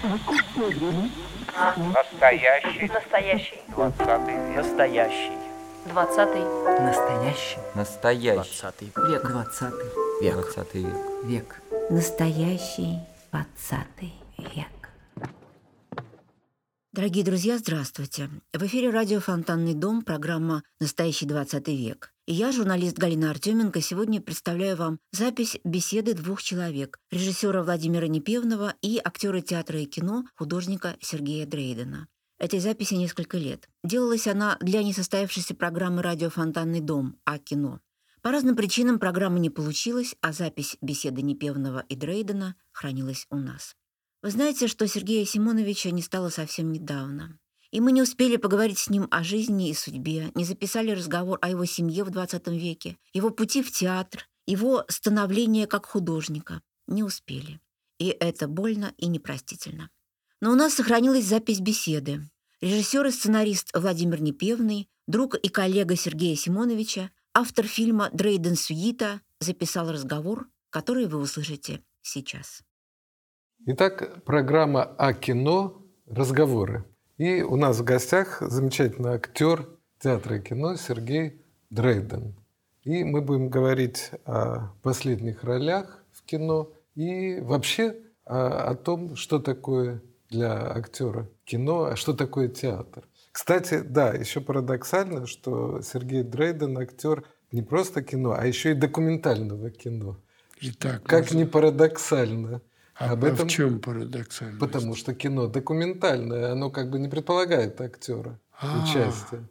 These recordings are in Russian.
Настоящий. Настоящий. 20 век. Настоящий. 20-й. Настоящий. Настоящий. 20 век. 20 век. 20 век. Век. Настоящий 20 век. Дорогие друзья, здравствуйте. В эфире радио «Фонтанный дом», программа «Настоящий 20 век». И я, журналист Галина Артеменко, сегодня представляю вам запись беседы двух человек – режиссера Владимира Непевного и актера театра и кино, художника Сергея Дрейдена. Этой записи несколько лет. Делалась она для несостоявшейся программы радио «Фонтанный дом» о кино. По разным причинам программа не получилась, а запись беседы Непевного и Дрейдена хранилась у нас. Вы знаете, что Сергея Симоновича не стало совсем недавно. И мы не успели поговорить с ним о жизни и судьбе, не записали разговор о его семье в 20 веке, его пути в театр, его становление как художника. Не успели. И это больно и непростительно. Но у нас сохранилась запись беседы. Режиссер и сценарист Владимир Непевный, друг и коллега Сергея Симоновича, автор фильма «Дрейден Сюита» записал разговор, который вы услышите сейчас. Итак, программа о кино «Разговоры». И у нас в гостях замечательный актер театра и кино Сергей Дрейден. И мы будем говорить о последних ролях в кино и вообще о том, что такое для актера кино, а что такое театр. Кстати, да, еще парадоксально, что Сергей Дрейден актер не просто кино, а еще и документального кино. Итак, как ни парадоксально. Об этом в чем парадоксально? Потому что кино документальное, оно как бы не предполагает актера участия.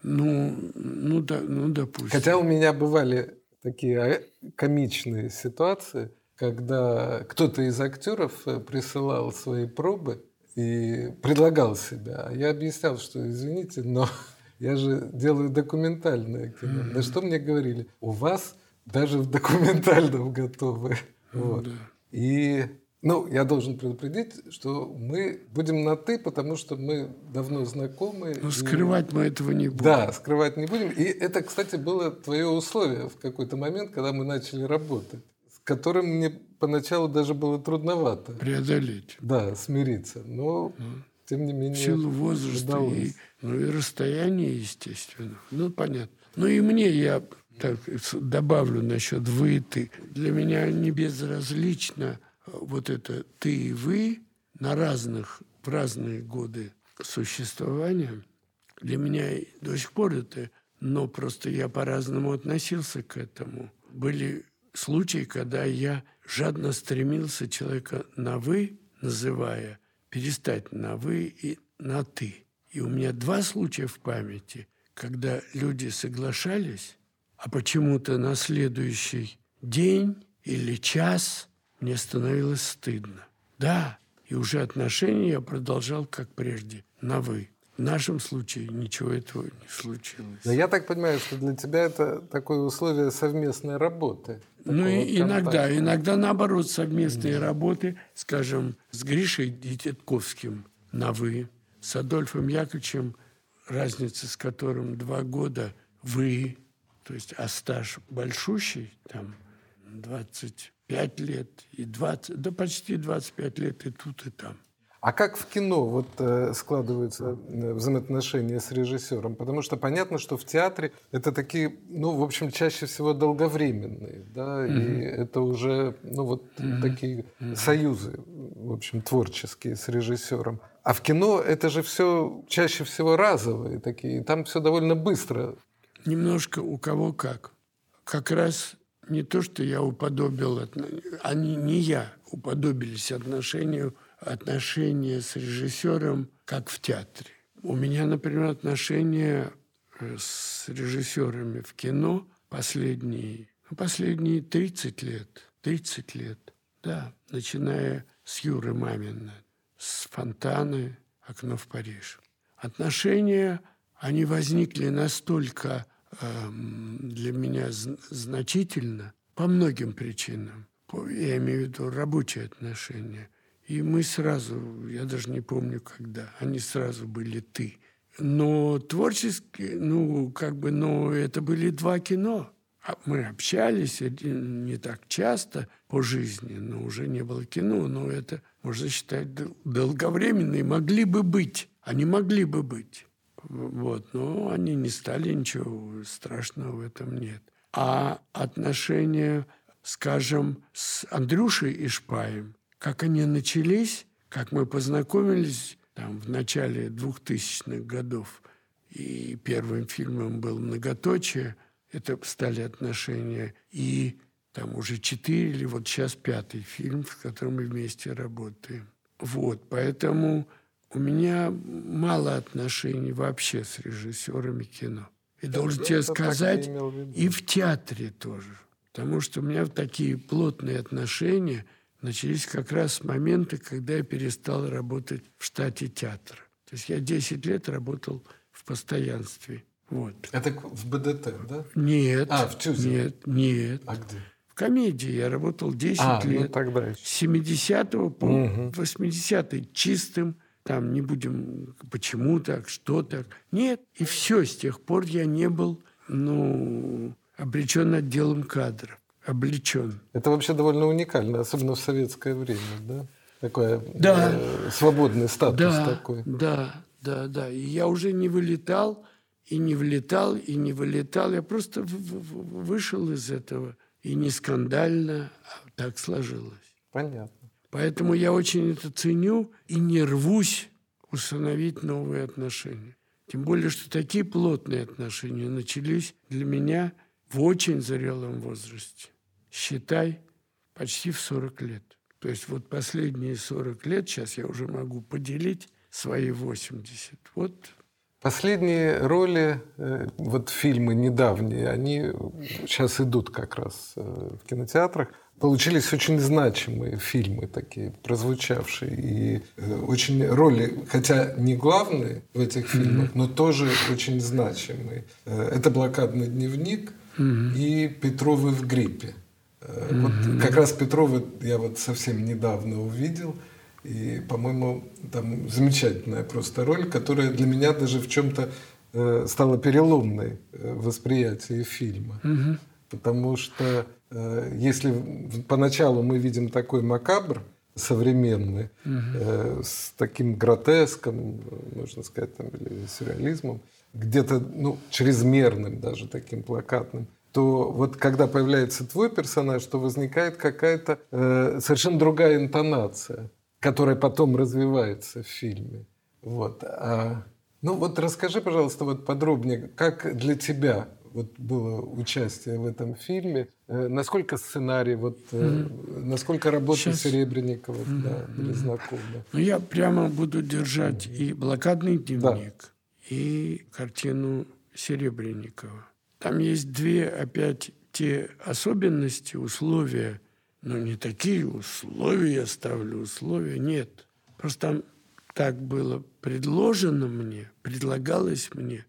Ну, допустим. Хотя у меня бывали такие комичные ситуации, когда кто-то из актеров присылал свои пробы и предлагал себя. А я объяснял, что извините, но я же делаю документальное кино. На что мне говорили? У вас даже в документальном готовы. Вот. Да. И я должен предупредить, что мы будем на «ты», потому что мы давно знакомы. Но скрывать мы этого не будем. Да, скрывать не будем. И это, кстати, было твое условие в какой-то момент, когда мы начали работать, с которым мне поначалу даже было трудновато. Преодолеть. Да, смириться. Но, тем не менее, в силу возраста и расстояния, естественно. Понятно. И мне, я так добавлю насчет «вы» и «ты». Для меня не безразлично вот это «ты» и «вы» в разные годы существования. Для меня до сих пор это, но просто я по-разному относился к этому. Были случаи, когда я жадно стремился человека на «вы», называя, перестать на «вы» и на «ты». И у меня 2 случая в памяти, когда люди соглашались, а почему-то на следующий день или час мне становилось стыдно. Да, и уже отношения я продолжал, как прежде, на «вы». В нашем случае ничего этого не случилось. Но я так понимаю, что для тебя это такое условие совместной работы. Иногда наоборот, совместные работы, скажем, с Гришей Дитятковским на «вы», с Адольфом Яковлевичем, разница с которым 2 года «вы», то есть, а стаж большущий, там, 25 лет и 20, да почти 25 лет и тут, и там. А как в кино складываются взаимоотношения с режиссером? Потому что понятно, что в театре это такие, в общем, чаще всего долговременные, да, и это уже, такие союзы, в общем, творческие с режиссером. А в кино это же все чаще всего разовые такие, и там все довольно быстро. Немножко у кого как. Как раз не то, что я уподобил, не я уподобились отношения с режиссером, как в театре. У меня, например, отношения с режиссерами в кино последние 30 лет. 30 лет, да. Начиная с Юры Мамина, с «Фонтаны», «Окно в Париж». Отношения, они возникли настолько для меня значительно по многим причинам. Я имею в виду рабочие отношения. И мы сразу, я даже не помню когда, они сразу были «ты». Но творчески, это были 2 кино. Мы общались не так часто по жизни, но уже не было кино. Но это, можно считать, долговременные могли бы быть. Они могли бы быть. Вот. Но они не стали, ничего страшного в этом нет. А отношения, скажем, с Андрюшей Ишпаем, как они начались, как мы познакомились там, в начале 2000-х годов, и первым фильмом был «Многоточие», это стали отношения. И там уже 4 или вот сейчас 5-й фильм, с которым мы вместе работаем. Вот, поэтому у меня мало отношений вообще с режиссерами кино. И должен тебе сказать, и в театре тоже. Потому что у меня такие плотные отношения начались как раз с момента, когда я перестал работать в штате театра. То есть я 10 лет работал в постоянстве. Вот. Это в БДТ, да? Нет. В Тюзе? Нет. А где? В комедии я работал 10 лет. Ну тогда еще. С 70-го по 80-й чистым. Там не будем, почему так, что так. Нет. И все. С тех пор я не был, облечен отделом кадров. Облечен. Это вообще довольно уникально, особенно в советское время, да? Такой свободный статус такой. Да. И я уже не вылетал, и не влетал, и не вылетал. Я просто вышел из этого. И не скандально, а так сложилось. Понятно. Поэтому я очень это ценю и не рвусь установить новые отношения. Тем более, что такие плотные отношения начались для меня в очень зрелом возрасте. Считай, почти в 40 лет. То есть вот последние 40 лет, сейчас я уже могу поделить свои 80. Вот. Последние роли, вот фильмы недавние, они сейчас идут как раз в кинотеатрах. Получились очень значимые фильмы такие, прозвучавшие. И очень роли, хотя не главные в этих фильмах, но тоже очень значимые. Это «Блокадный дневник» и «Петровы в гриппе». Вот как раз Петрова я вот совсем недавно увидел. И, по-моему, там замечательная просто роль, которая для меня даже в чем-то стала переломной в восприятии фильма. Потому что если поначалу мы видим такой макабр современный, с таким гротеском, можно сказать, там, или сюрреализмом, где-то чрезмерным даже таким плакатным, то вот когда появляется твой персонаж, то возникает какая-то совершенно другая интонация, которая потом развивается в фильме. Вот. Вот расскажи, пожалуйста, вот подробнее, как для тебя вот было участие в этом фильме, насколько сценарий, насколько работа Серебренникова были знакомы? Я прямо буду держать и «Блокадный дневник», и картину Серебренникова. Там есть опять те особенности, условия. Но не такие условия я ставлю, условия нет. Просто там так было предлагалось мне,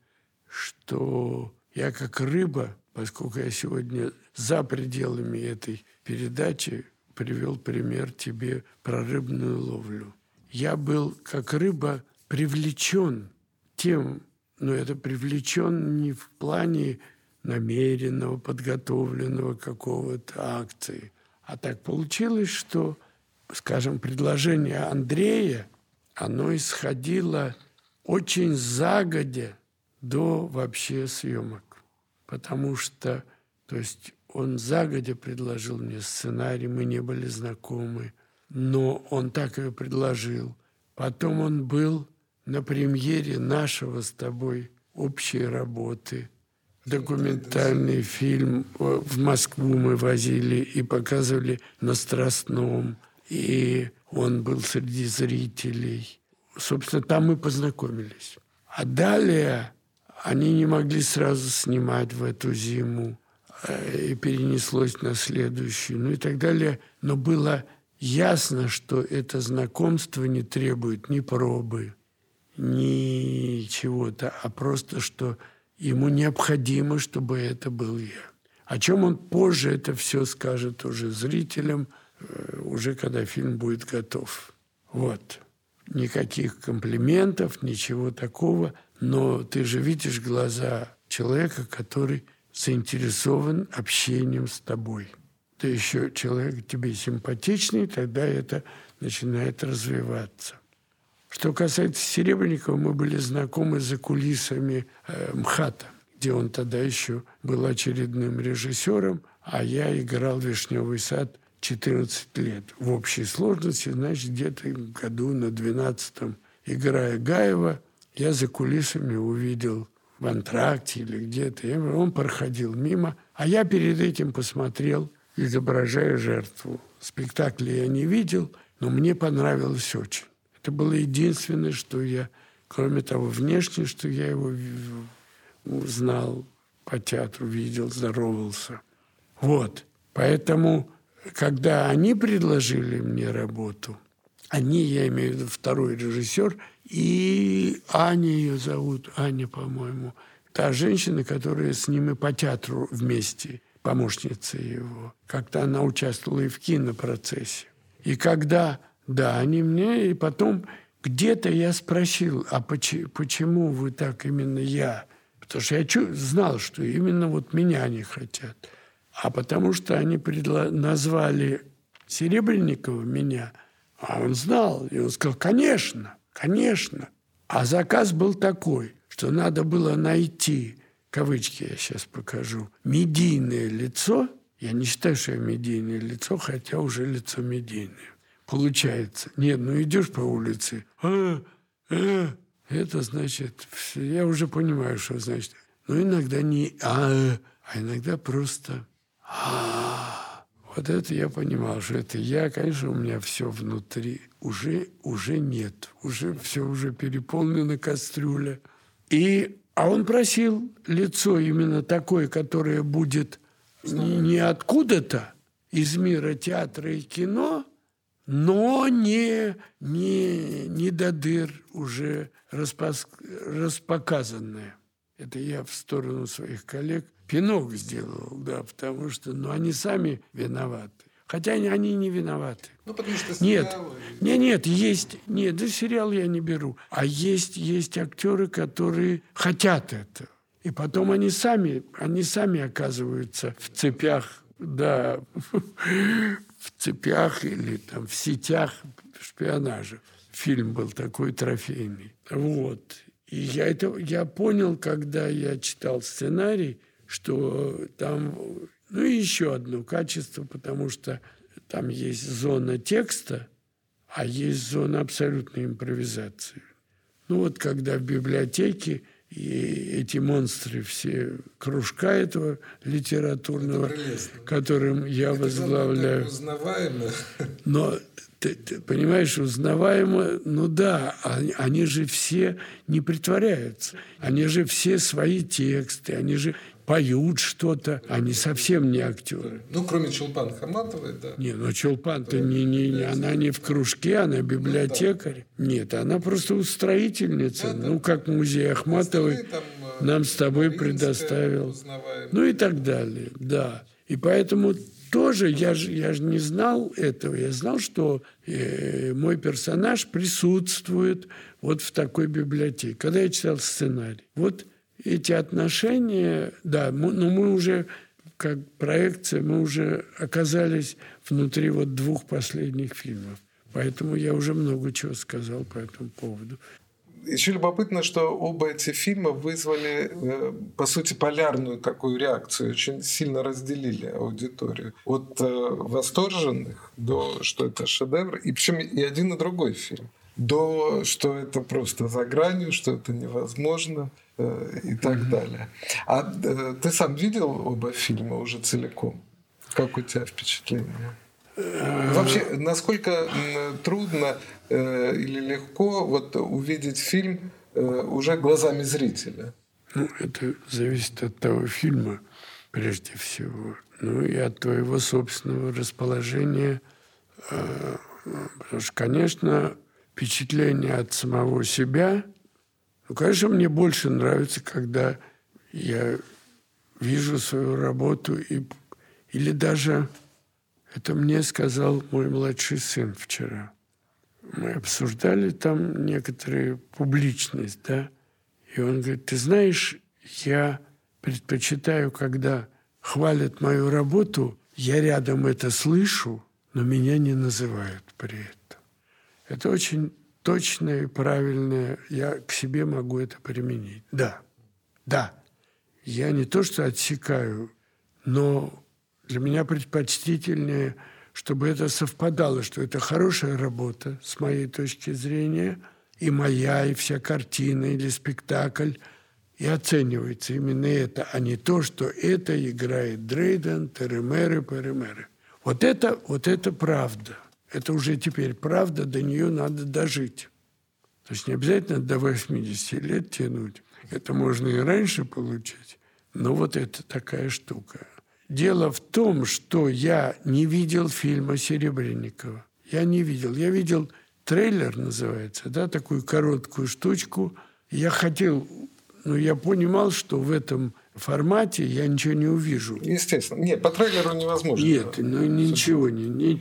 что я как рыба, поскольку я сегодня за пределами этой передачи привел пример тебе про рыбную ловлю. Я был как рыба привлечен тем, но это привлечен не в плане намеренного, подготовленного какого-то акции. А так получилось, что, скажем, предложение Андрея, оно исходило очень загодя до вообще съемок. Потому что, то есть он загодя предложил мне сценарий, мы не были знакомы, но он так и предложил. Потом он был на премьере нашего с тобой общей работы. Документальный фильм в Москву мы возили и показывали на Страстном. И он был среди зрителей. Собственно, там мы познакомились. А далее они не могли сразу снимать в эту зиму. И перенеслось на следующую, и так далее. Но было ясно, что это знакомство не требует ни пробы, ни чего-то, а просто, что ему необходимо, чтобы это был я. О чем он позже это все скажет уже зрителям, уже когда фильм будет готов. Вот. Никаких комплиментов, ничего такого. Но ты же видишь глаза человека, который заинтересован общением с тобой. Ты еще человек тебе симпатичный, тогда это начинает развиваться. Что касается Серебренникова, мы были знакомы за кулисами МХАТа, где он тогда еще был очередным режиссером, а я играл «Вишневый сад» 14 лет. В общей сложности, значит, где-то году на 12-м, играя Гаева, я за кулисами увидел в антракте или где-то. Он проходил мимо, а я перед этим посмотрел, изображая жертву. Спектакля я не видел, но мне понравилось очень. Это было единственное, что я, кроме того, внешне, что я его узнал по театру, видел, здоровался. Вот. Поэтому, когда они предложили мне работу, они, я имею в виду второй режиссер, и Аня ее зовут, Аня, по-моему, та женщина, которая с ними по театру вместе, помощница его. Как-то она участвовала и в кинопроцессе. И когда, да, они мне, и потом где-то я спросил, а почему вы так именно я? Потому что я знал, что именно вот меня они хотят. А потому что они назвали Серебренникова меня, а он знал, и он сказал, конечно, конечно. А заказ был такой, что надо было найти, кавычки я сейчас покажу, медийное лицо. Я не считаю, что я медийное лицо, хотя уже лицо медийное. Получается. Нет, ну идешь по улице, это значит, я уже понимаю, что значит. Но иногда не а иногда просто Вот это я понимал, что это я, конечно, у меня все внутри уже нет, уже все уже переполнена кастрюля. А он просил лицо именно такое, которое будет не откуда-то из мира театра и кино, но не до дыр уже распоказанное. Это я в сторону своих коллег пинок сделал, да, потому что они сами виноваты. Хотя они не виноваты. Ну, потому что сериалы... Нет, сериал я не беру. А есть актеры, которые хотят этого. И потом они сами оказываются в цепях, да, в цепях или там в сетях шпионажа. Фильм был такой трофейный. Вот. И я понял, когда я читал сценарий, что там, и еще одно качество, потому что там есть зона текста, а есть зона абсолютной импровизации. Вот когда в библиотеке и эти монстры все кружка этого литературного, которым я возглавляю. Это узнаваемо. Но ты понимаешь, узнаваемо, да, они же все не притворяются. Они же все свои тексты, они же поют что-то, они совсем не актеры. Кроме Чулпан Хаматовой, да. Чулпан-то она не в кружке, она библиотекарь. Нет, она просто устроительница. Как музей Ахматовой нам с тобой предоставил. И так далее, да. И поэтому тоже я же не знал этого. Я знал, что мой персонаж присутствует вот в такой библиотеке. Когда я читал сценарий, эти отношения, да, мы уже, как проекция, мы уже оказались внутри двух последних фильмов. Поэтому я уже много чего сказал по этому поводу. Еще любопытно, что оба эти фильма вызвали, по сути, полярную такую реакцию, очень сильно разделили аудиторию. От восторженных до что это шедевр, и причем и один, и другой фильм, до что это просто за гранью, что это невозможно и так далее. А ты сам видел оба фильма уже целиком? Как у тебя впечатление? Вообще, насколько трудно или легко увидеть фильм уже глазами зрителя? Это зависит от того фильма, прежде всего. И от твоего собственного расположения. Потому что, конечно, впечатление от самого себя... конечно, мне больше нравится, когда я вижу свою работу или даже... Это мне сказал мой младший сын вчера. Мы обсуждали там некоторую публичность, да. И он говорит, ты знаешь, я предпочитаю, когда хвалят мою работу, я рядом это слышу, но меня не называют при этом. Это очень точное и правильное. Я к себе могу это применить. Да. Я не то что отсекаю, но для меня предпочтительнее, чтобы это совпадало, что это хорошая работа, с моей точки зрения, и моя, и вся картина или спектакль, и оценивается именно это, а не то, что это играет Дрейден, Теремеры, Перемеры. Вот это правда. Это уже теперь правда, до нее надо дожить. То есть не обязательно до 80 лет тянуть. Это можно и раньше получить. Но вот это такая штука. Дело в том, что я не видел фильма Серебренникова. Я не видел. Я видел трейлер, называется, да, такую короткую штучку. Я хотел... Но я понимал, что в этом формате я ничего не увижу. Естественно. Нет, по трейлеру невозможно. Нет, ну ничего.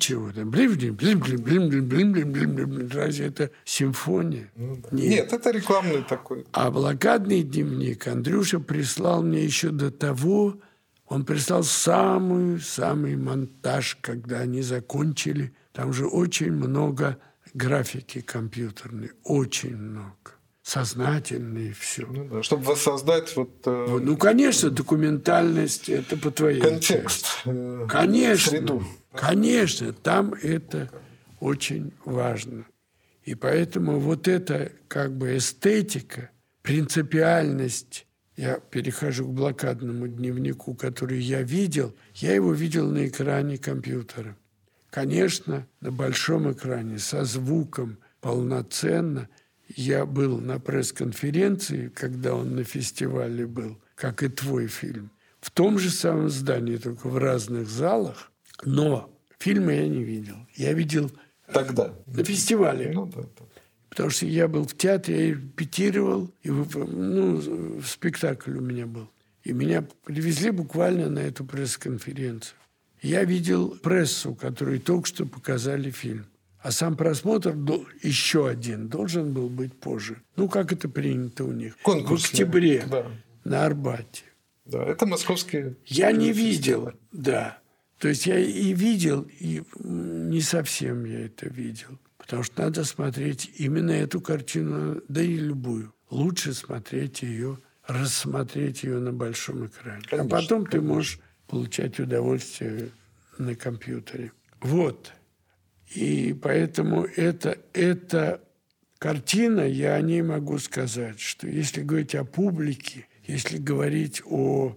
Разве это симфония? Ну, да. Нет, это рекламный такой. А блокадный дневник Андрюша прислал мне еще до того. Он прислал самый монтаж, когда они закончили. Там же очень много графики компьютерной. Очень много. Сознательный и все. Ну, да, чтобы воссоздать ну, конечно, документальность, это по твоей контекст, конечно, среду. Конечно, там это очень важно. И поэтому вот эта как бы эстетика, принципиальность, я перехожу к блокадному дневнику, который я его видел на экране компьютера. Конечно, на большом экране, со звуком, полноценно. Я был на пресс-конференции, когда он на фестивале был, как и твой фильм, в том же самом здании, только в разных залах. Но фильма я не видел. Я видел тогда на фестивале. Ну, да. Потому что я был в театре, я репетировал, и спектакль у меня был. И меня привезли буквально на эту пресс-конференцию. Я видел прессу, которой только что показали фильм. А сам просмотр, еще один, должен был быть позже. Ну, как это принято у них. Конкурсный. В октябре, да. На Арбате. Да, это московские... Я не видел, да. То есть я и видел, и не совсем я это видел. Потому что надо смотреть именно эту картину, да и любую. Лучше смотреть ее, рассмотреть ее на большом экране. Конечно, а потом ты можешь получать удовольствие на компьютере. Вот. И поэтому эта картина, я о ней могу сказать, что если говорить о публике, если говорить о...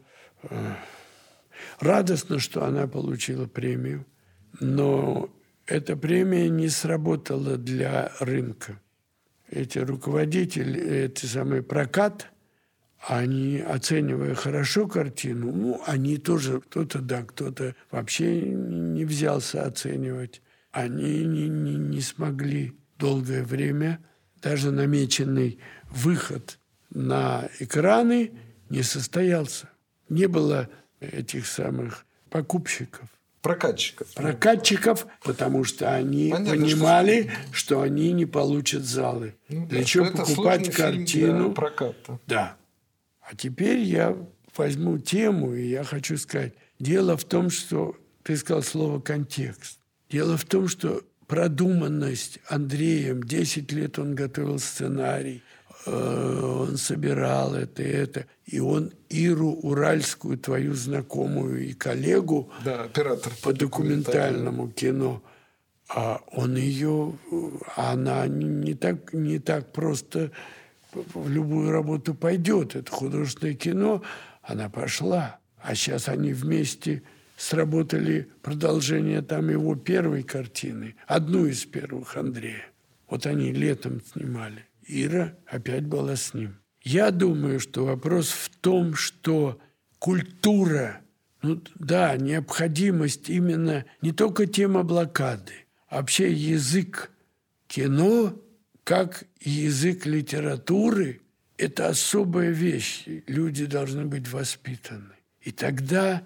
Радостно, что она получила премию, но эта премия не сработала для рынка. Эти руководители, эти самые прокат, они, оценивая хорошо картину, они тоже, кто-то вообще не взялся оценивать. Они не смогли долгое время, даже намеченный выход на экраны не состоялся. Не было этих самых покупщиков. Прокатчиков, потому что они понимали, что они не получат залы. Для чего покупать картину? Для проката. Да. А теперь я возьму тему, и я хочу сказать, дело в том, что ты сказал слово «контекст». Дело в том, что продуманность Андреем, 10 лет он готовил сценарий, он собирал это, и он Иру Уральскую, твою знакомую и коллегу, да, оператор по документальному кино, она не так просто в любую работу пойдет. Это художественное кино, она пошла. А сейчас они вместе сработали продолжение там его первой картины, одну из первых Андрея. Вот они летом снимали. Ира опять была с ним. Я думаю, что вопрос в том, что культура, необходимость именно не только тема блокады, а вообще язык кино, как язык литературы, это особая вещь. Люди должны быть воспитаны. И тогда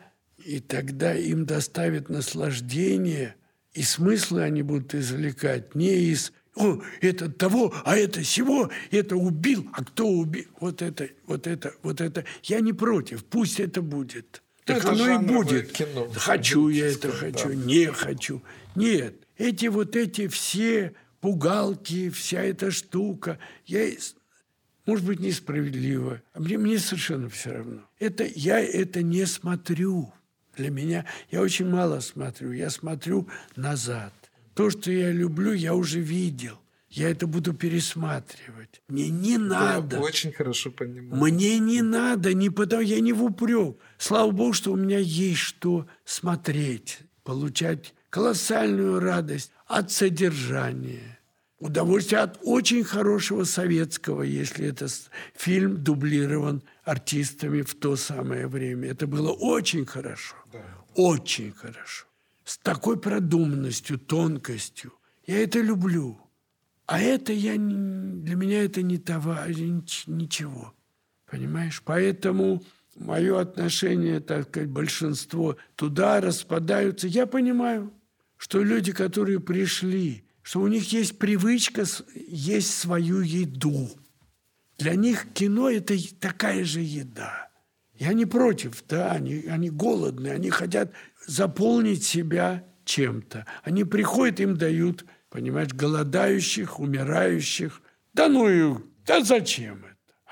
им доставит наслаждение, и смыслы они будут извлекать не из О, это того, а это сего, это убил, а кто убил? Вот это. Я не против, пусть это будет. Так это оно и будет. Кино, хочу я это, хочу, да. не хочу. Нет, эти все пугалки, вся эта штука, может быть, несправедливо. А мне совершенно все равно. Я это не смотрю. Для меня я очень мало смотрю. Я смотрю назад. То, что я люблю, я уже видел. Я это буду пересматривать. Мне не надо. Я очень хорошо понимаю. Мне не надо, не потому, я не в упрек. Слава Богу, что у меня есть что смотреть, получать колоссальную радость от содержания, удовольствие от очень хорошего советского, если это фильм дублирован артистами в то самое время. Это было очень хорошо. Да. Очень хорошо. С такой продуманностью, тонкостью. Я это люблю. А это для меня это не ничего. Понимаешь? Поэтому мое отношение, так сказать, большинство туда распадаются. Я понимаю, что люди, которые пришли, что у них есть привычка есть свою еду. Для них кино – это такая же еда. Я не против, да, они голодные, они хотят заполнить себя чем-то. Они приходят, им дают, понимаешь, голодающих, умирающих. Да зачем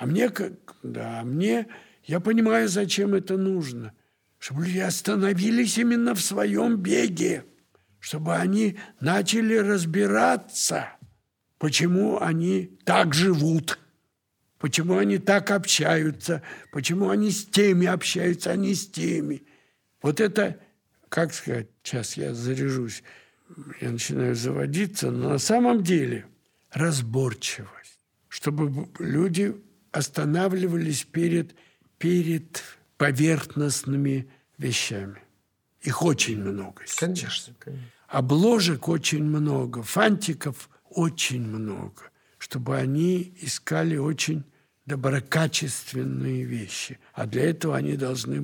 это? Я понимаю, зачем это нужно. Чтобы люди остановились именно в своем беге. Чтобы они начали разбираться, почему они так живут, почему они так общаются, почему они с теми общаются, а не с теми. Вот это, как сказать, сейчас я заряжусь, я начинаю заводиться, но на самом деле разборчивость, чтобы люди останавливались перед поверхностными вещами. Их очень много сейчас. Конечно. Обложек очень много, фантиков очень много, чтобы они искали очень доброкачественные вещи. А для этого они должны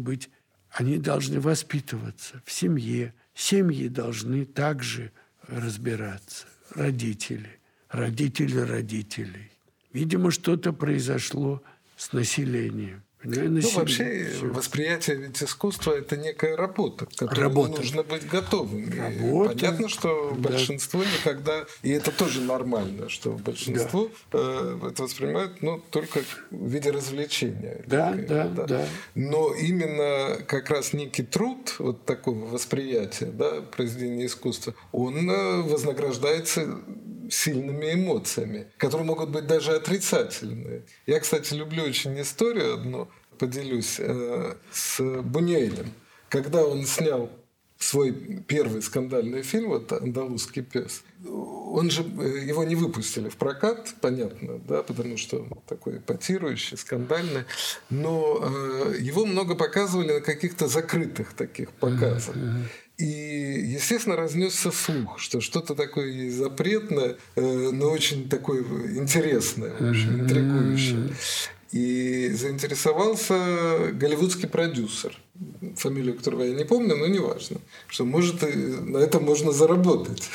воспитываться в семье. Семьи должны также разбираться. Родители родителей. Видимо, что-то произошло с населением. Вообще восприятие ведь искусства – это некая работа, к которой нужно быть готовым. Понятно, что большинство никогда, и это тоже нормально, что большинство это воспринимают только в виде развлечения. Да. Но именно как раз некий труд вот такого восприятия, произведения искусства, он вознаграждается сильными эмоциями, которые могут быть даже отрицательные. Я, кстати, люблю очень историю одну, поделюсь, с Бунюэлем. Когда он снял свой первый скандальный фильм, «Андалузский пес», его не выпустили в прокат, понятно, потому что он такой эпатирующий, скандальный, но его много показывали на каких-то закрытых таких показах. И, естественно, разнесся слух, что что-то такое есть запретное, но очень такое интересное, очень интригующее. И заинтересовался голливудский продюсер, фамилию которого я не помню, но неважно, что, может, на этом можно заработать.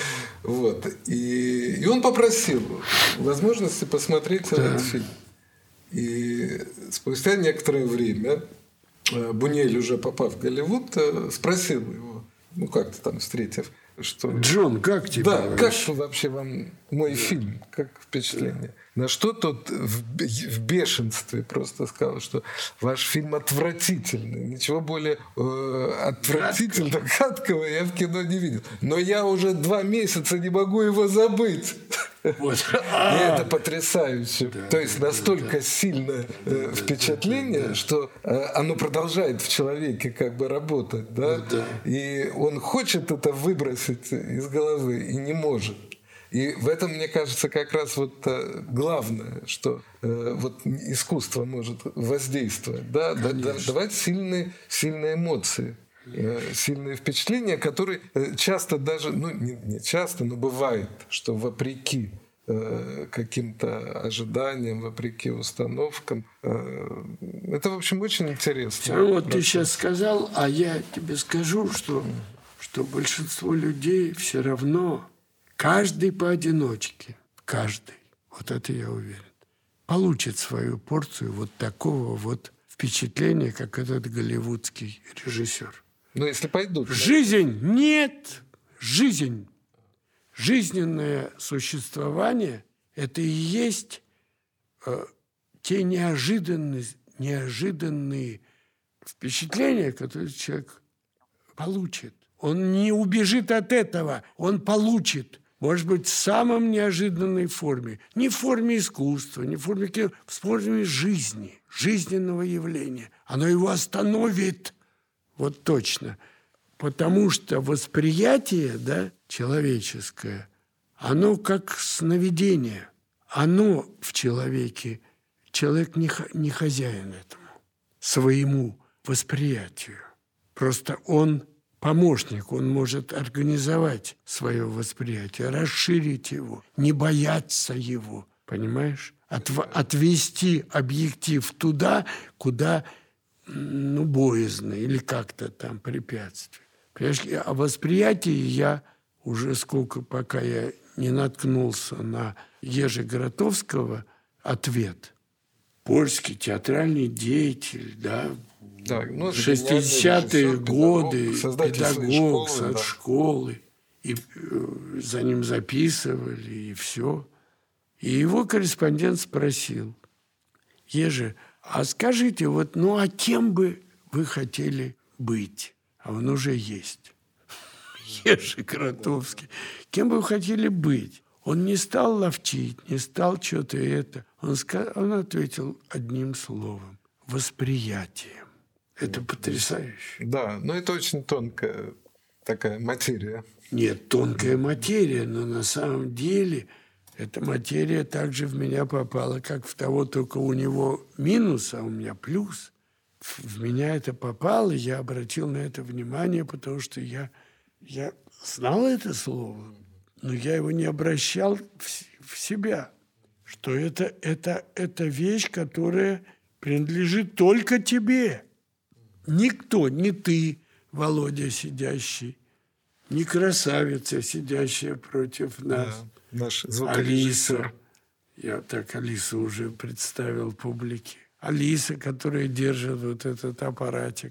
И он попросил возможности посмотреть этот фильм. И спустя некоторое время Бунюэль, уже попав в Голливуд, спросил его, как ты там встретив, что... Джон, как тебе? Да, как вообще вам мой фильм, как впечатление? На что тот в бешенстве просто сказал, что ваш фильм отвратительный. Ничего более отвратительного, гадкого я в кино не видел. Но я уже 2 месяца не могу его забыть. И это потрясающе. То есть настолько сильное впечатление, что оно продолжает в человеке работать. И он хочет это выбросить из головы и не может. И в этом, мне кажется, как раз главное, что искусство может воздействовать, давать сильные эмоции, сильные впечатления, которые часто даже, не часто, но бывает, что вопреки каким-то ожиданиям, вопреки установкам. Это, в общем, очень интересно. Вот ты сейчас сказал, а я тебе скажу, что большинство людей все равно каждый поодиночке, каждый, вот это я уверен, получит свою порцию вот такого вот впечатления, как этот голливудский режиссер. Ну, если пойдут. Жизнь нет. Жизнь. Жизненное существование – это и есть те неожиданные впечатления, которые человек получит. Он не убежит от этого, он получит. Может быть, в самом неожиданной форме. Не в форме искусства, не в форме кино, в форме жизни, жизненного явления. Оно его остановит. Вот точно. Потому что восприятие, да, человеческое, оно как сновидение. Оно в человеке. Человек не хозяин этому, своему восприятию. Просто он помощник, он может организовать свое восприятие, расширить его, не бояться его, понимаешь? Отвести объектив туда, куда, боязно или как-то там препятствие. Понимаешь? О восприятии я уже пока я не наткнулся на Ежи Гротовского ответ. Польский театральный деятель, да, Да, 60-е годы, педагог школы, и за ним записывали, и все. И его корреспондент спросил: Ежи, а скажите, а кем бы вы хотели быть? А он уже есть. Ежи Гротовский. Кем бы вы хотели быть? Он не стал ловчить, не стал что-то это. Он ответил одним словом: восприятием. Это потрясающе. Да, но это очень тонкая такая материя. Нет, тонкая материя, но на самом деле эта материя также в меня попала, как в того, только у него минус, а у меня плюс. В меня это попало, я обратил на это внимание, потому что я знал это слово, но я его не обращал в себя. Что это вещь, которая принадлежит только тебе. Никто, не ты, Володя, сидящий, не красавица, сидящая против нас. Да, наш звукорежиссер. Алиса. Я так Алису уже представил публике. Алиса, которая держит вот этот аппаратик.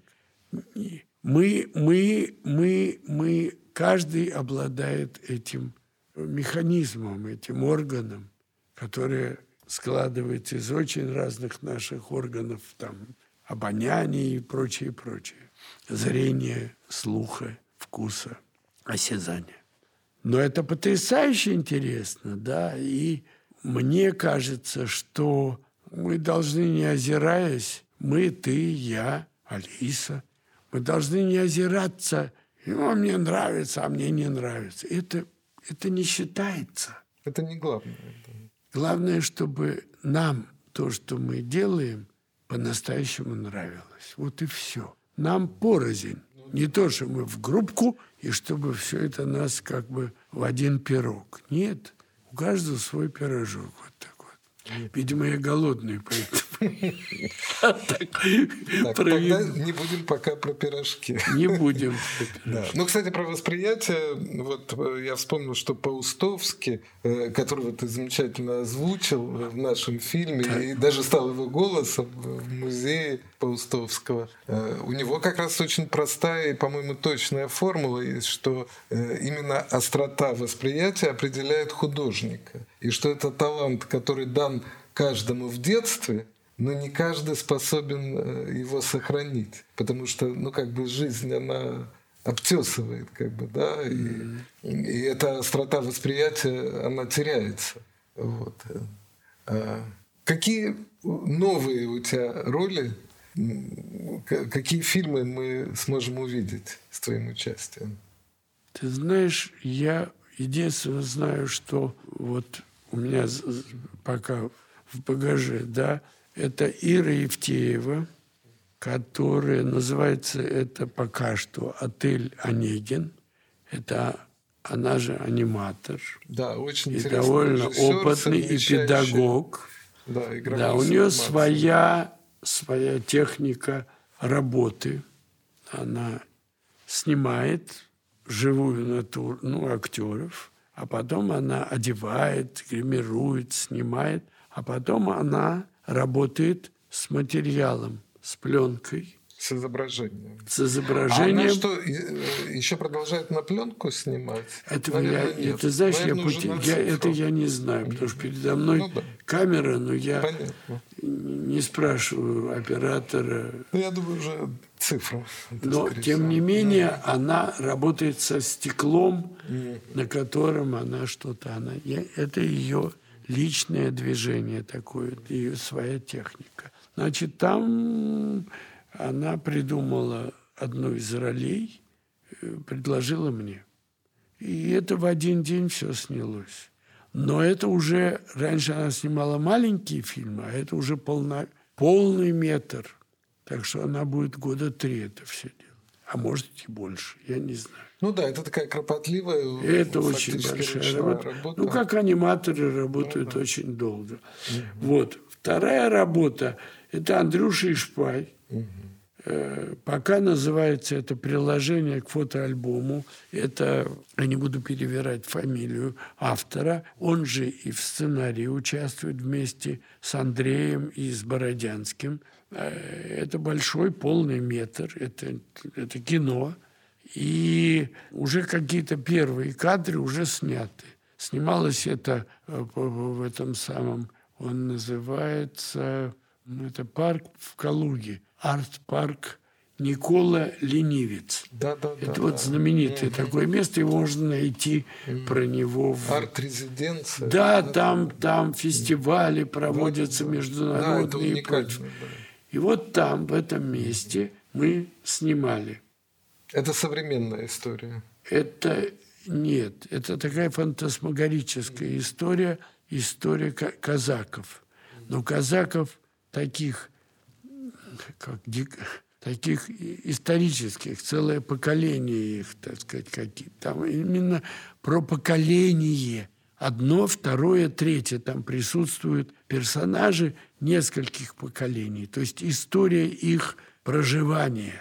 Мы, каждый обладает этим механизмом, этим органом, который складывается из очень разных наших органов, там, обоняния и прочее, прочее. Зрения, слуха, вкуса, осязания. Но это потрясающе интересно, да, и мне кажется, что мы должны, не озираясь, мы, ты, я, Алиса, мы должны не озираться, мне нравится, а мне не нравится. Это не считается. Это не главное. Главное, чтобы нам то, что мы делаем, по-настоящему нравилось. Вот и все. Нам порознь. Не то, что мы в группку, и чтобы все это нас как бы в один пирог. Нет. У каждого свой пирожок. Вот так вот. Видимо, я голодный, поэтому... Тогда не будем пока про пирожки. Не будем. Ну, кстати, про восприятие. Вот я вспомнил, что Паустовский, которого ты замечательно озвучил в нашем фильме, и даже стал его голосом в музее Паустовского, у него как раз очень простая и, по-моему, точная формула есть, что именно острота восприятия определяет художника. И что это талант, который дан каждому в детстве, но не каждый способен его сохранить. Потому что, жизнь, она обтесывает, да, и эта острота восприятия, она теряется. Вот. Какие новые у тебя роли, какие фильмы мы сможем увидеть с твоим участием? Ты знаешь, я единственное знаю, что вот у меня пока в багаже, да, это Ира Евтеева, которая называется это пока что «Отель Онегин». Это она же аниматор. Да, очень и интересный довольно режиссер, опытный и педагог. Да, у нее своя техника работы. Она снимает живую натуру, актеров. а потом она одевает, гримирует, снимает, а потом она работает с материалом, с пленкой. С изображением. С изображением. А она что, еще продолжает на пленку снимать? Это знаешь, это я не знаю, потому что передо мной камера, но я не спрашиваю оператора. Я думаю, уже цифра. Но, тем не менее, она работает со стеклом, на котором она что-то... Это ее личное движение такое, это ее своя техника. Значит, там она придумала одну из ролей, предложила мне. И это в один день все снялось. Но это уже... Раньше она снимала маленькие фильмы, а это уже полный метр. Так что она будет 3 года это все делать. А может и больше, я не знаю. Ну да, это такая кропотливая, это очень большая работа. Ну, как аниматоры работают очень долго. Вот. Вторая работа – это Андрюша Ишпай. Пока называется это приложение к фотоальбому. Это, я не буду перевирать фамилию автора. Он же и в сценарии участвует вместе с Андреем и с Бородянским. Это большой полный метр. Это кино. И уже какие-то первые кадры уже сняты. Снималось это в этом самом... Он называется... Это парк в Калуге. Арт-парк Никола Ленивец. Это вот знаменитое такое место, его можно найти про него. Арт-резиденция. Да, там фестивали проводятся международные. И вот там, в этом месте, мы снимали. Это современная история? Нет, это такая фантасмагорическая история казаков. Но казаков таких исторических, целое поколение их, так сказать, там именно про поколение. 1, 2, 3 там присутствуют персонажи нескольких поколений. То есть история их проживания.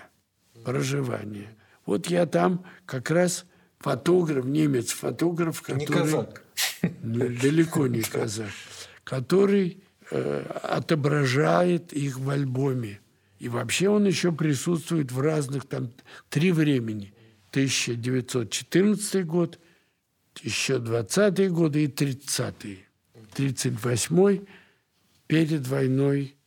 Вот я там как раз фотограф, немец-фотограф, который... Не казак. Далеко не казак. Который отображает их в альбоме. И вообще он еще присутствует в разных, там 3 времени. 1914 год, еще 20-е годы и 30-е. 38-й перед войной.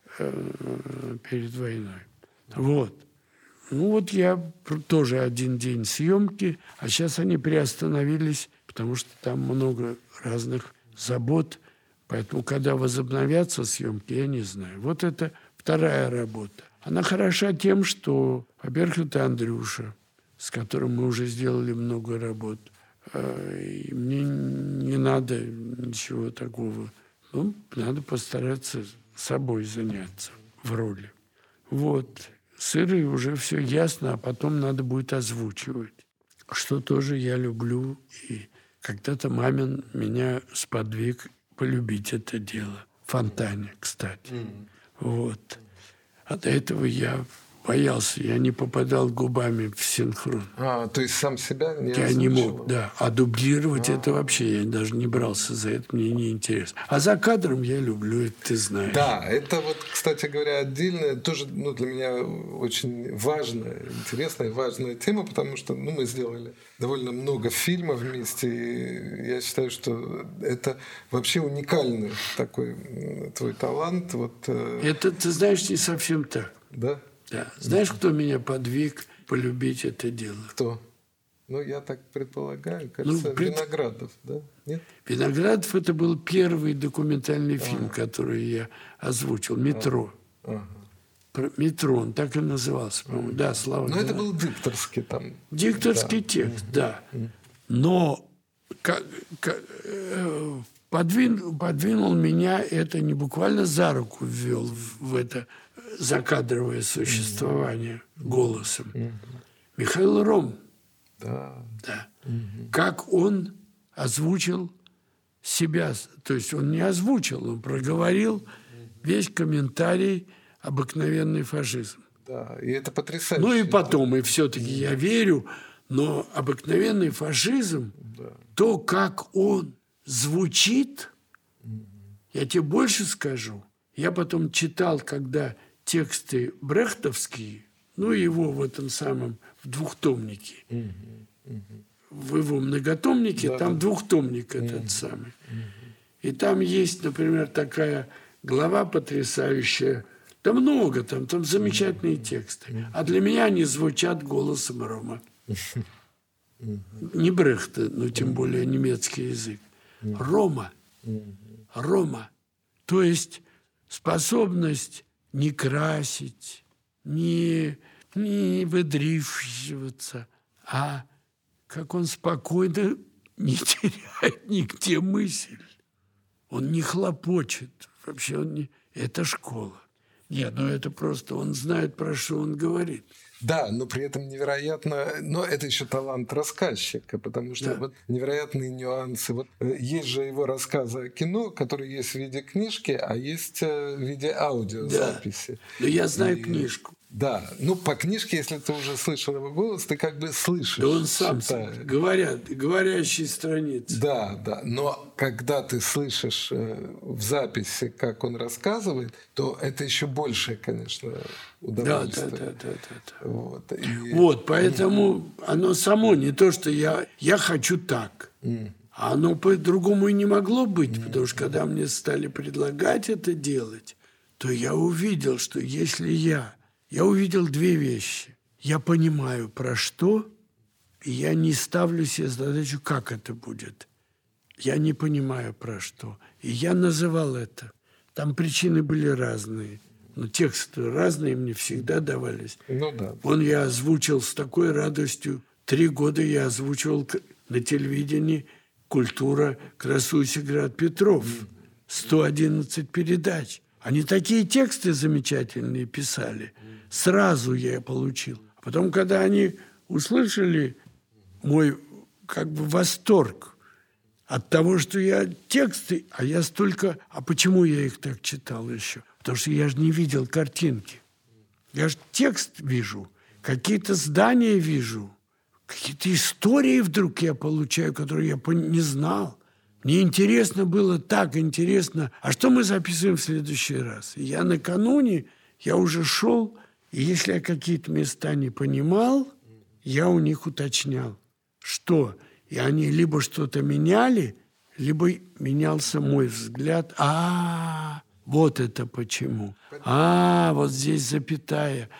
Вот. Ну вот я тоже 1 день съемки, а сейчас они приостановились, потому что там много разных забот. Поэтому, когда возобновятся съемки, я не знаю. Вот это вторая работа. Она хороша тем, что, во-первых, это Андрюша, с которым мы уже сделали много работ. И мне не надо ничего такого. Ну, надо постараться собой заняться в роли. Вот. С Ирой уже все ясно, а потом надо будет озвучивать. Что тоже я люблю. И когда-то мамин меня сподвиг полюбить это дело. В Фонтане, кстати. Вот. А до этого я боялся, я не попадал губами в синхрон. То есть сам себя не Я не мог, да. А дублировать это вообще, я даже не брался за это, мне не интересно. А за кадром я люблю, это ты знаешь. Да, это вот, кстати говоря, отдельная, тоже для меня очень важная, интересная, важная тема, потому что мы сделали довольно много фильмов вместе, и я считаю, что это вообще уникальный такой твой талант. Это, ты знаешь, не совсем так. Да? Да. Знаешь, кто меня подвиг полюбить это дело? Кто? Я так предполагаю. Кажется, Виноградов, да? Нет? Виноградов – это был первый документальный фильм, который я озвучил. «Метро». «Метро», он так и назывался, по-моему. Да, слава Богу. Но это был дикторский там. Дикторский текст, да. Но подвинул меня это, не буквально за руку ввел в это закадровое существование голосом. Михаил Ром. Да. Как он озвучил себя. То есть он не озвучил, он проговорил весь комментарий «Обыкновенный фашизм». Да, и это потрясающе. Ну и потом, и все-таки я верю, но «Обыкновенный фашизм» то, как он звучит, я тебе больше скажу. Я потом читал, когда тексты брехтовские, ну, его в этом самом, в двухтомнике, в его многотомнике, там двухтомник этот самый. И там есть, например, такая глава потрясающая. Да много там замечательные тексты. А для меня они звучат голосом Рома. Не Брехта, но тем более немецкий язык. Рома. Рома. То есть способность не красить, не выдрифиваться, а как он спокойно не теряет нигде мысль. Он не хлопочет. Вообще он не... Это школа. Нет, ну это просто он знает, про что он говорит. Да, но при этом невероятно... Но это еще талант рассказчика, потому что вот невероятные нюансы. Вот есть же его рассказы о кино, которые есть в виде книжки, а есть в виде аудиозаписи. Да, я знаю книжку. Да, ну по книжке, если ты уже слышал его голос, ты как бы слышишь. Да он сам говорящие страницы. Да, но когда ты слышишь в записи, как он рассказывает, то это еще большее, конечно, удовольствие. Да. Вот, поэтому оно само не то, что я хочу так. А оно по-другому и не могло быть, потому что когда мне стали предлагать это делать, то я увидел, что если я увидел две вещи. Я понимаю, про что, и я не ставлю себе задачу, как это будет. Я не понимаю, про что. И я называл это. Там причины были разные. Но тексты разные мне всегда давались. Ну да. Вон я озвучил с такой радостью. 3 года я озвучивал на телевидении «Культура. Красуйся, град Петров». 111 передач. Они такие тексты замечательные писали. Сразу я получил. А потом, когда они услышали мой как бы восторг от того, что я тексты, а я столько... А почему я их так читал еще? Потому что я же не видел картинки. Я же текст вижу, какие-то здания вижу, какие-то истории вдруг я получаю, которые я не знал. Мне интересно было, так интересно. А что мы записываем в следующий раз? И я накануне, я уже шел, и если я какие-то места не понимал, я у них уточнял, что. И они либо что-то меняли, либо менялся мой взгляд. Вот это почему. Вот здесь запятая.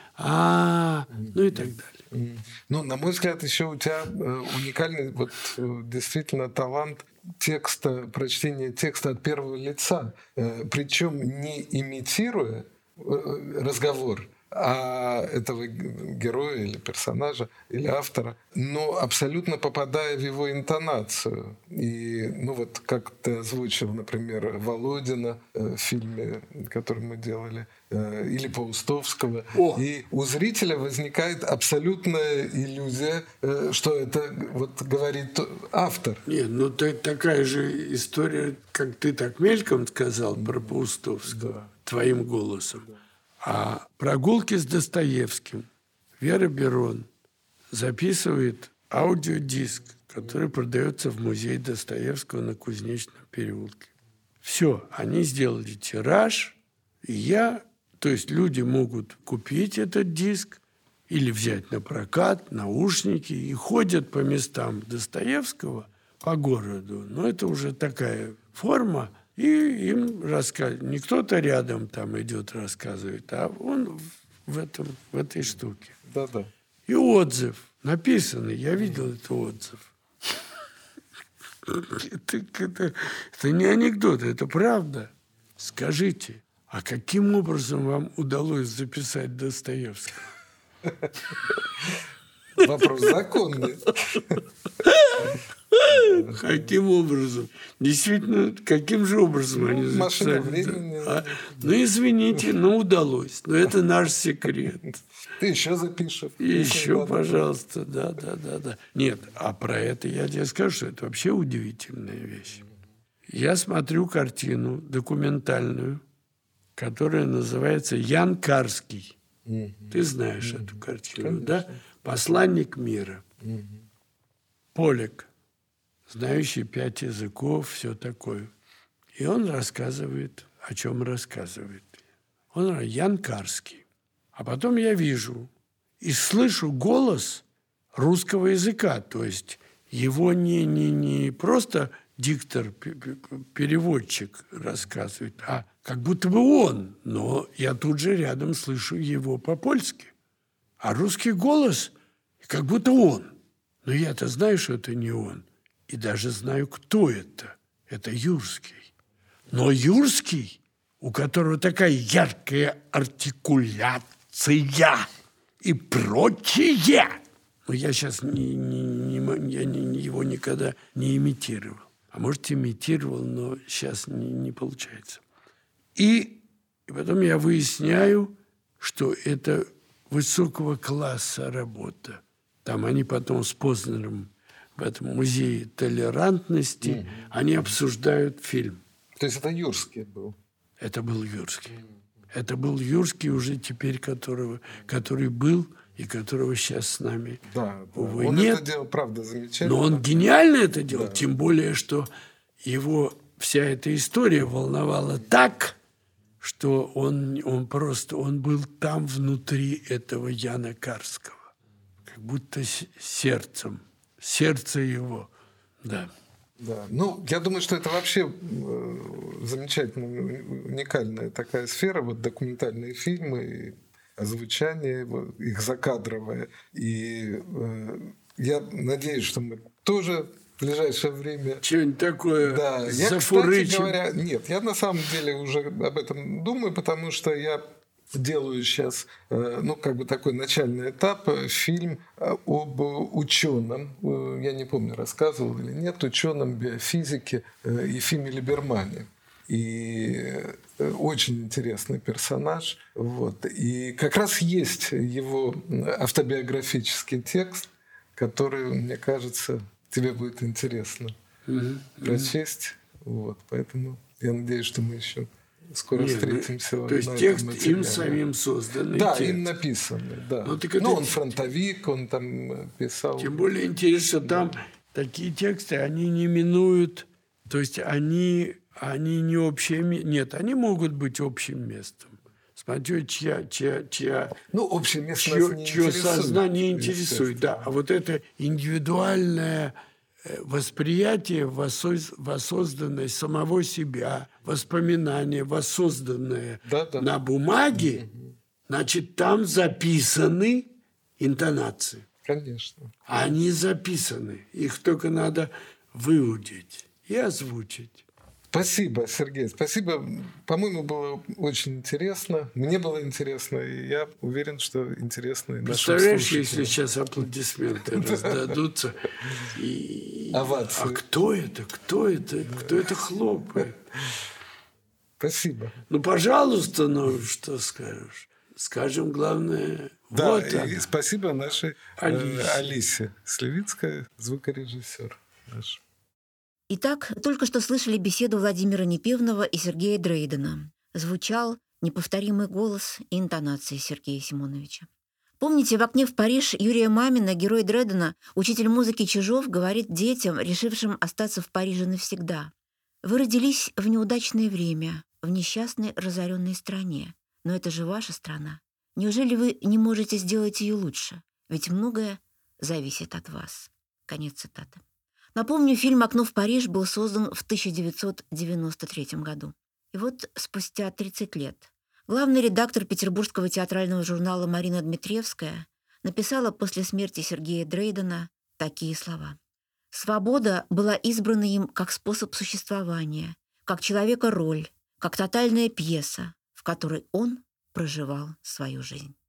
Ну и так далее. Ну, на мой взгляд, еще у тебя уникальный вот, действительно талант текста, прочтения текста от первого лица. Причем не имитируя разговор этого героя или персонажа, или автора, но абсолютно попадая в его интонацию. И, ну вот, как ты озвучил, например, Володина в фильме, который мы делали, или Паустовского. И у зрителя возникает абсолютная иллюзия, что это вот говорит автор. Нет, ну такая же история, как ты так мельком сказал про Паустовского, твоим голосом. А «Прогулки с Достоевским» Вера Берон записывает аудиодиск, который продается в музее Достоевского на Кузнечном переулке. Все, они сделали тираж, и то есть люди могут купить этот диск или взять на прокат, наушники, и ходят по местам Достоевского, по городу. Но это уже такая форма, и им рассказывают. Не кто-то рядом там идет, рассказывает, а он в этой штуке. Да-да. И отзыв написанный. Я видел этот отзыв. Это не анекдот, это правда. Скажите, а каким образом вам удалось записать Достоевского? Вопрос законный. Каким образом? Действительно, каким же образом они записали? Машина времени. Ну, извините, но удалось. Но это наш секрет. Ты еще запишешь. Еще, пожалуйста, да. Нет, а про это я тебе скажу, что это вообще удивительная вещь. Я смотрю картину документальную, которая называется «Ян Карский». Ты знаешь эту картину, да? «Посланник мира». Полек знающий 5 языков, все такое. И он рассказывает, о чем рассказывает. Он Ян Карский. А потом я вижу и слышу голос русского языка. То есть его не просто диктор, переводчик рассказывает, а как будто бы он. Но я тут же рядом слышу его по-польски. А русский голос, как будто он. Но я-то знаю, что это не он. И даже знаю, кто это. Это Юрский. Но Юрский, у которого такая яркая артикуляция и прочее. Но я сейчас его никогда не имитировал. А может, имитировал, но сейчас не получается. И потом я выясняю, что это высокого класса работа. Там они потом с Познером в этом музее толерантности, они обсуждают фильм. То есть это Юрский был? Это был Юрский. Это был Юрский уже теперь, который был и которого сейчас с нами, увы, он нет. это делал, правда, замечательно. Но он гениально это делал, тем более, что его вся эта история волновала так, что он был там внутри этого Яна Карского. Как будто сердце его, да. Да. Ну, я думаю, что это вообще замечательная, уникальная такая сфера, вот документальные фильмы, озвучание, их закадровое. И я надеюсь, что мы тоже в ближайшее время... Что-нибудь такое зафурычим. Я, кстати говоря, нет, я на самом деле уже об этом думаю, потому что я делаю сейчас, такой начальный этап, фильм об ученом, я не помню, рассказывал или нет, ученом биофизике Ефиме Либермане. И очень интересный персонаж. Вот. И как раз есть его автобиографический текст, который, мне кажется, тебе будет интересно прочесть. Вот. Поэтому я надеюсь, что мы еще скоро встретимся. То есть текст им самим созданный. Да, текст. им написанный. Да. Он фронтовик, он там писал. Тем более интересно, там такие тексты, они не минуют, то есть они не общие, нет, они могут быть общим местом. Смотрю, чье общее место нас не чье интересует, сознание интересует. Да. А вот это индивидуальное восприятие, воссозданное самого себя, воспоминание, воссозданное на бумаге, значит, там записаны интонации. Конечно. Они записаны. Их только надо выудить и озвучить. Спасибо, Сергей. Спасибо. По-моему, было очень интересно. Мне было интересно, и я уверен, что интересно и нашим Представляешь, слушателям. если сейчас аплодисменты раздадутся. Овации. А кто это? Кто это хлопает? Спасибо. Пожалуйста, что скажешь? Скажем, главное, да, вот и она. спасибо нашей Алисе Сливицкой, звукорежиссер наш. Итак, только что слышали беседу Владимира Непевного и Сергея Дрейдена. Звучал неповторимый голос и интонации Сергея Симоновича. Помните, в «Окне в Париж» Юрия Мамина, герой Дрейдена, учитель музыки Чижов, говорит детям, решившим остаться в Париже навсегда: «Вы родились в неудачное время, в несчастной разоренной стране. Но это же ваша страна. Неужели вы не можете сделать ее лучше? Ведь многое зависит от вас». Конец цитаты. Напомню, фильм «Окно в Париж» был создан в 1993 году. И вот спустя 30 лет главный редактор петербургского театрального журнала Марина Дмитриевская написала после смерти Сергея Дрейдена такие слова. «Свобода была избрана им как способ существования, как человека роль, как тотальная пьеса, в которой он проживал свою жизнь».